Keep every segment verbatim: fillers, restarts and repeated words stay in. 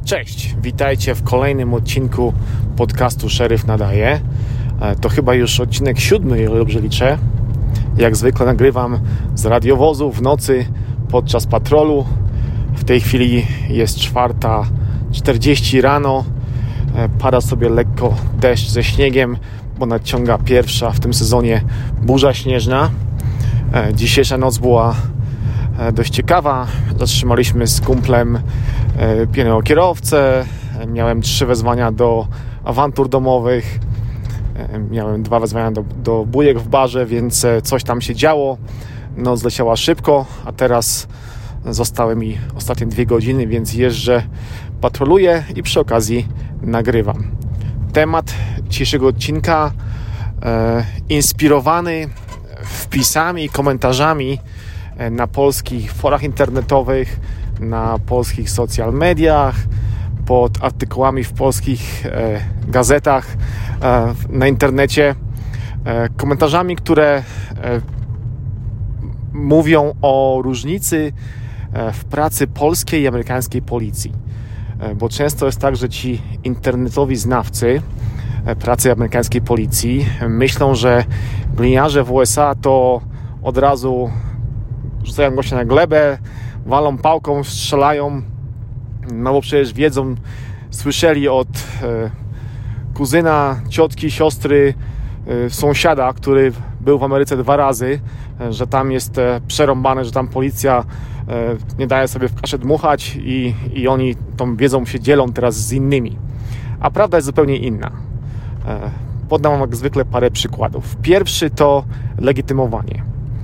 Cześć, witajcie w kolejnym odcinku podcastu Szeryf Nadaje. To chyba już odcinek siódmy, o ile dobrze liczę. Jak zwykle nagrywam z radiowozu w nocy podczas patrolu. W tej chwili jest czwarta czterdzieści rano. Pada sobie lekko deszcz ze śniegiem, bo nadciąga pierwsza w tym sezonie burza śnieżna. Dzisiejsza noc była dość ciekawa. Zatrzymaliśmy z kumplem pijanego kierowcę. Miałem trzy wezwania do awantur domowych. Miałem dwa wezwania do, do bujek w barze, więc coś tam się działo. Noc leciała szybko, a teraz zostały mi ostatnie dwie godziny, więc jeżdżę, patroluję i przy okazji nagrywam. Temat dzisiejszego odcinka e, inspirowany wpisami i komentarzami na polskich forach internetowych, na polskich social mediach, pod artykułami w polskich e, gazetach, e, na internecie, e, komentarzami, które e, mówią o różnicy e, w pracy polskiej i amerykańskiej policji. E, bo często jest tak, że ci internetowi znawcy e, pracy amerykańskiej policji myślą, że gliniarze w U S A to od razu rzucają gościa na glebę, walą pałką, strzelają, no bo przecież wiedzą, słyszeli od e, kuzyna, ciotki, siostry, e, sąsiada, który był w Ameryce dwa razy, e, że tam jest e, przerąbane, że tam policja e, nie daje sobie w kaszę dmuchać i, i oni tą wiedzą się dzielą teraz z innymi. A prawda jest zupełnie inna. E, podam wam jak zwykle parę przykładów. Pierwszy to legitymowanie.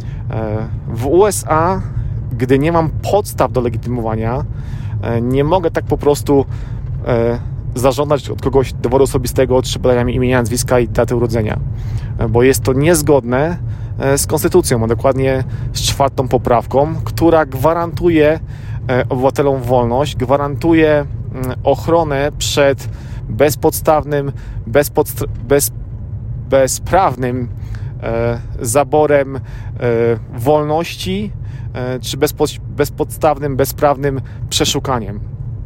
W U S A, gdy nie mam podstaw do legitymowania, nie mogę tak po prostu zażądać od kogoś dowodu osobistego z podaniami imienia, nazwiska i daty urodzenia, bo jest to niezgodne z konstytucją, a dokładnie z czwartą poprawką, która gwarantuje obywatelom wolność, gwarantuje ochronę przed bezpodstawnym, bezpodst- bez, bezprawnym E, zaborem e, wolności e, czy bezpo, bezpodstawnym, bezprawnym przeszukaniem.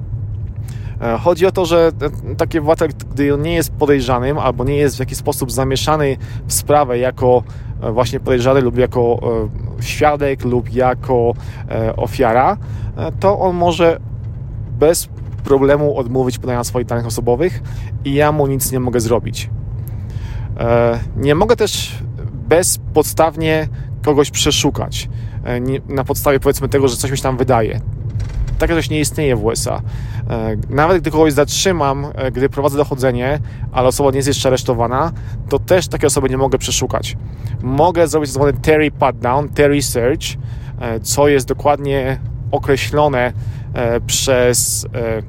E, chodzi o to, że taki obywatel, gdy on nie jest podejrzanym albo nie jest w jakiś sposób zamieszany w sprawę jako e, właśnie podejrzany lub jako e, świadek lub jako e, ofiara, e, to on może bez problemu odmówić podania swoich danych osobowych i ja mu nic nie mogę zrobić. E, nie mogę też bezpodstawnie kogoś przeszukać nie, na podstawie, powiedzmy, tego, że coś mi się tam wydaje. Takie coś nie istnieje w U S A. Nawet gdy kogoś zatrzymam, gdy prowadzę dochodzenie, ale osoba nie jest jeszcze aresztowana, to też takiej osoby nie mogę przeszukać. Mogę zrobić tzw. Terry pat-down, Terry search, co jest dokładnie określone przez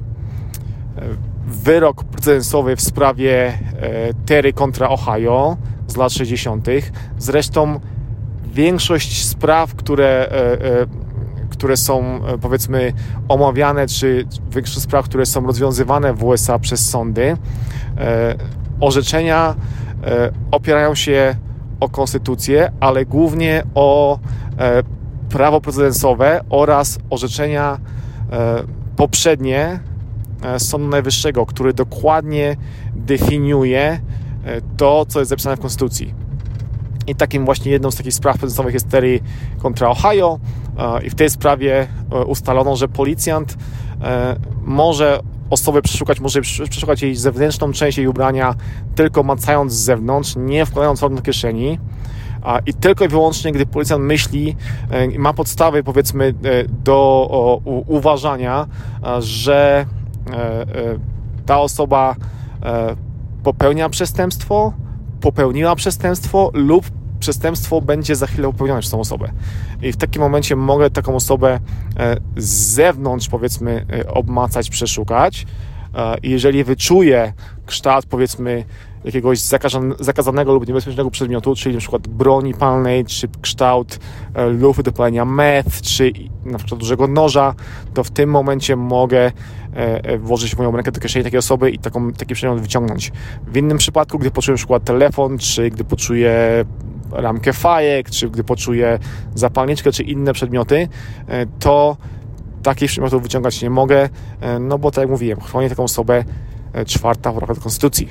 wyrok precedensowy w sprawie Terry kontra Ohio z lat sześćdziesiątych. Zresztą większość spraw, które, które są, powiedzmy, omawiane, czy większość spraw, które są rozwiązywane w U S A przez sądy, orzeczenia opierają się o konstytucję, ale głównie o prawo precedensowe oraz orzeczenia poprzednie Sądu Najwyższego, który dokładnie definiuje to, co jest zapisane w Konstytucji. I takim właśnie jedną z takich spraw precedensowych jest Terry kontra Ohio i w tej sprawie ustalono, że policjant może osobę przeszukać, może przeszukać jej zewnętrzną część jej ubrania tylko macając z zewnątrz, nie wkładając rąk do kieszeni i tylko i wyłącznie, gdy policjant myśli i ma podstawy, powiedzmy, do uważania, że ta osoba popełnia przestępstwo, popełniła przestępstwo lub przestępstwo będzie za chwilę popełnione przez tą osobę. I w takim momencie mogę taką osobę z zewnątrz, powiedzmy, obmacać, przeszukać. I jeżeli wyczuję kształt, powiedzmy, jakiegoś zakazanego lub niebezpiecznego przedmiotu, czyli na przykład broni palnej, czy kształt lufy do palenia meth, czy na przykład dużego noża, to w tym momencie mogę włożyć moją rękę do kieszeni takiej osoby i taką, taki przedmiot wyciągnąć. W innym przypadku, gdy poczuję na przykład telefon, czy gdy poczuję ramkę fajek, czy gdy poczuję zapalniczkę, czy inne przedmioty, to takich przedmiotów wyciągać nie mogę, no bo tak jak mówiłem, chroni taką osobę czwarta poprawka do Konstytucji.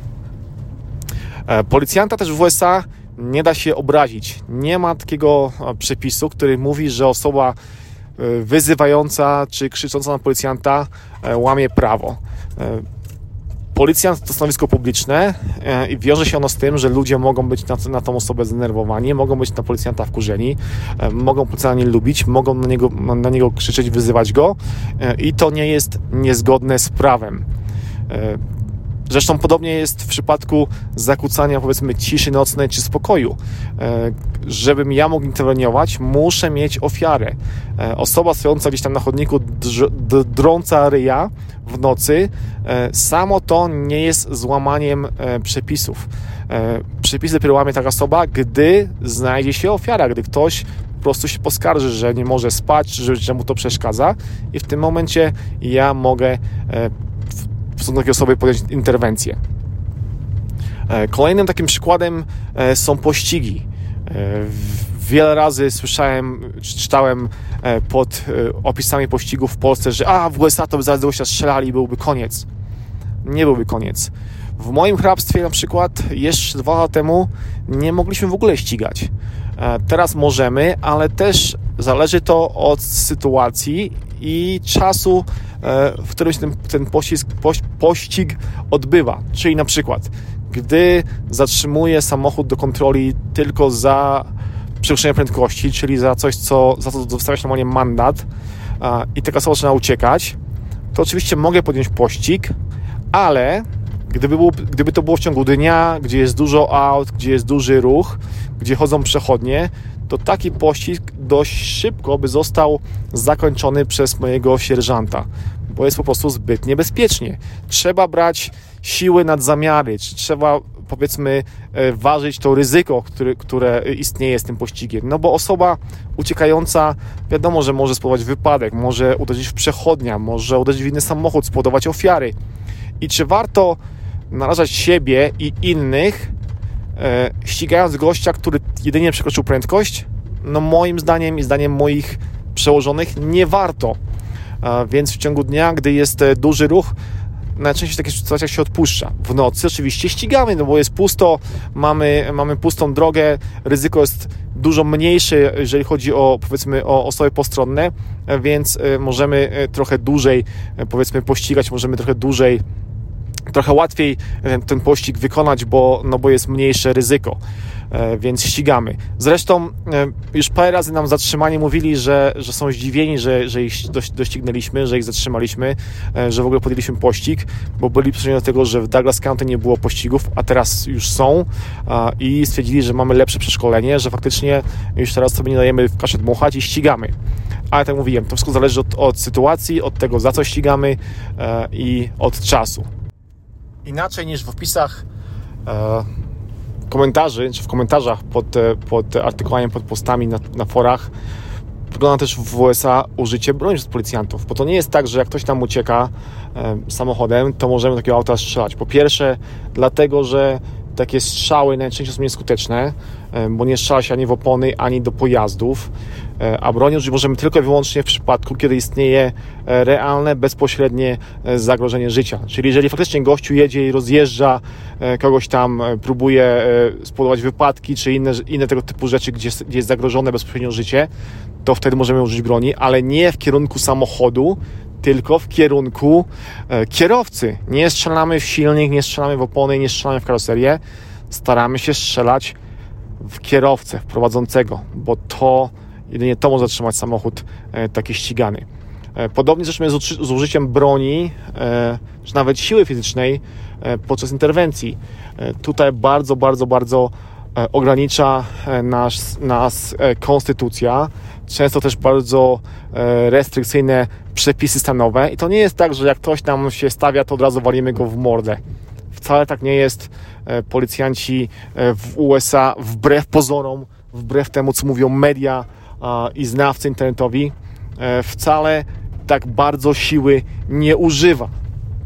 Policjanta też w U S A nie da się obrazić. Nie ma takiego przepisu, który mówi, że osoba wyzywająca czy krzycząca na policjanta łamie prawo. Policjant to stanowisko publiczne i wiąże się ono z tym, że ludzie mogą być na, na tą osobę zdenerwowani, mogą być na policjanta wkurzeni, mogą policjanta nie lubić, mogą na niego, na niego krzyczeć, wyzywać go i to nie jest niezgodne z prawem. Zresztą podobnie jest w przypadku zakłócania, powiedzmy, ciszy nocnej czy spokoju. Żebym ja mógł interweniować, muszę mieć ofiarę. Osoba stojąca gdzieś tam na chodniku, drż- drąca ryja w nocy, samo to nie jest złamaniem przepisów. Przepisy dopiero łamie taka osoba, gdy znajdzie się ofiara, gdy ktoś po prostu się poskarży, że nie może spać, że, że mu to przeszkadza i w tym momencie ja mogę w stosunku takiej osoby podjąć interwencję. Kolejnym takim przykładem są pościgi. Wiele razy słyszałem, czytałem pod opisami pościgów w Polsce, że a w U S A to by zaraz do gościa strzelali i byłby koniec. Nie byłby koniec. W moim hrabstwie na przykład jeszcze dwa lata temu nie mogliśmy w ogóle ścigać. Teraz możemy, ale też zależy to od sytuacji i czasu, w którym się ten, ten pościg, pościg odbywa. Czyli na przykład, gdy zatrzymuję samochód do kontroli tylko za przewyższenie prędkości, czyli za coś, co za to dostawia się normalnie mandat i taka osoba zaczyna uciekać, to oczywiście mogę podjąć pościg, ale gdyby, był, gdyby to było w ciągu dnia, gdzie jest dużo aut, gdzie jest duży ruch, gdzie chodzą przechodnie, to taki pościg dość szybko by został zakończony przez mojego sierżanta, bo jest po prostu zbyt niebezpiecznie. Trzeba brać siły nad zamiary, czy trzeba, powiedzmy, ważyć to ryzyko, które, które istnieje z tym pościgiem. No bo osoba uciekająca, wiadomo, że może spowodować wypadek, może uderzyć w przechodnia, może uderzyć w inny samochód, spowodować ofiary. I czy warto narażać siebie i innych, e, ścigając gościa, który jedynie przekroczył prędkość? No moim zdaniem i zdaniem moich przełożonych nie warto. E, więc w ciągu dnia, gdy jest e, duży ruch, najczęściej w takich sytuacjach się odpuszcza. W nocy oczywiście ścigamy, no bo jest pusto, mamy, mamy pustą drogę, ryzyko jest dużo mniejsze, jeżeli chodzi o, powiedzmy, o osoby postronne, więc możemy trochę dłużej, powiedzmy, pościgać, możemy trochę dłużej, trochę łatwiej ten pościg wykonać, bo, no bo jest mniejsze ryzyko, więc ścigamy. Zresztą już parę razy nam zatrzymani mówili, że, że są zdziwieni, że, że ich doścignęliśmy, że ich zatrzymaliśmy, że w ogóle podjęliśmy pościg, bo byli przyczynieni do tego, że w Douglas County nie było pościgów, a teraz już są i stwierdzili, że mamy lepsze przeszkolenie, że faktycznie już teraz sobie nie dajemy w kaszę dmuchać i ścigamy. Ale tak mówiłem, to wszystko zależy od, od sytuacji, od tego, za co ścigamy i od czasu. Inaczej niż w opisach e, komentarzy, czy w komentarzach pod, pod artykułami, pod postami na, na forach, wygląda też w U S A użycie broni przez policjantów, bo to nie jest tak, że jak ktoś tam ucieka e, samochodem, to możemy takiego auta strzelać. Po pierwsze, dlatego, że takie strzały najczęściej są nieskuteczne, e, bo nie strzela się ani w opony, ani do pojazdów, e, a broń użyć możemy tylko i wyłącznie w przypadku, kiedy istnieje e, realne, bezpośrednie e, zagrożenie życia. Czyli jeżeli faktycznie gościu jedzie i rozjeżdża e, kogoś tam, e, próbuje e, spowodować wypadki, czy inne, inne tego typu rzeczy, gdzie, gdzie jest zagrożone bezpośrednio życie, to wtedy możemy użyć broni, ale nie w kierunku samochodu, tylko w kierunku e, kierowcy. Nie strzelamy w silnik, nie strzelamy w opony, nie strzelamy w karoserię. Staramy się strzelać w kierowcę, w prowadzącego, bo to, jedynie to może zatrzymać samochód e, taki ścigany. E, podobnie zresztą jest z, z użyciem broni, e, czy nawet siły fizycznej e, podczas interwencji. E, tutaj bardzo, bardzo, bardzo e, ogranicza e, nas, nas e, konstytucja. Często też bardzo e, restrykcyjne przepisy stanowe i to nie jest tak, że jak ktoś tam się stawia, to od razu walimy go w mordę. Wcale tak nie jest. E, policjanci e, w U S A, wbrew pozorom, wbrew temu, co mówią media e, i znawcy internetowi, e, wcale tak bardzo siły nie używa.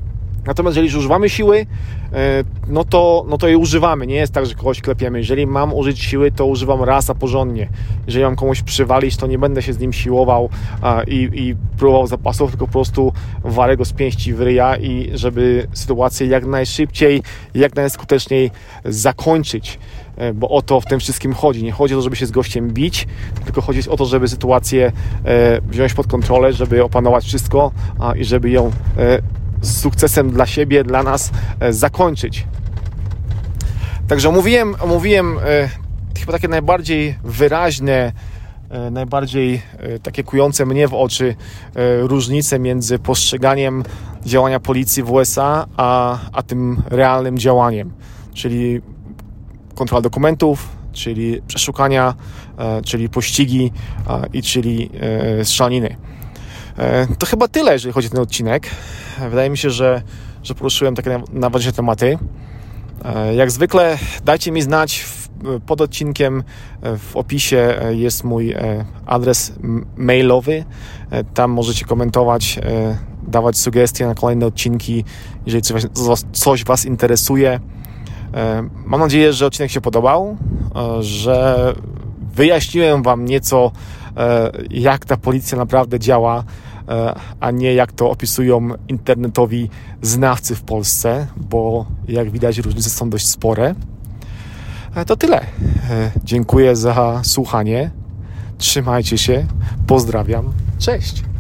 Natomiast jeżeli już używamy siły, no to, no to jej używamy. Nie jest tak, że kogoś klepiemy. Jeżeli mam użyć siły, to używam raz, a porządnie. Jeżeli mam komuś przywalić, to nie będę się z nim siłował i, i próbował zapasów, tylko po prostu walę go z pięści w ryja, i żeby sytuację jak najszybciej, jak najskuteczniej zakończyć. Bo o to w tym wszystkim chodzi. Nie chodzi o to, żeby się z gościem bić, tylko chodzi o to, żeby sytuację wziąć pod kontrolę, żeby opanować wszystko i żeby ją z sukcesem dla siebie, dla nas zakończyć. Także omówiłem, omówiłem e, chyba takie najbardziej wyraźne, e, najbardziej e, takie kujące mnie w oczy e, różnice między postrzeganiem działania policji w U S A, a, a tym realnym działaniem. Czyli kontrola dokumentów, czyli przeszukania, e, czyli pościgi e, i czyli e, strzelaniny. E, to chyba tyle, jeżeli chodzi o ten odcinek. Wydaje mi się, że, że poruszyłem takie najważniejsze tematy. Jak zwykle dajcie mi znać pod odcinkiem, w opisie jest mój adres mailowy. Tam możecie komentować, dawać sugestie na kolejne odcinki, jeżeli coś, coś Was interesuje. Mam nadzieję, że odcinek się podobał, że wyjaśniłem Wam nieco, jak ta policja naprawdę działa, a nie jak to opisują internetowi znawcy w Polsce, bo jak widać różnice są dość spore. To tyle. Dziękuję za słuchanie. Trzymajcie się. Pozdrawiam. Cześć.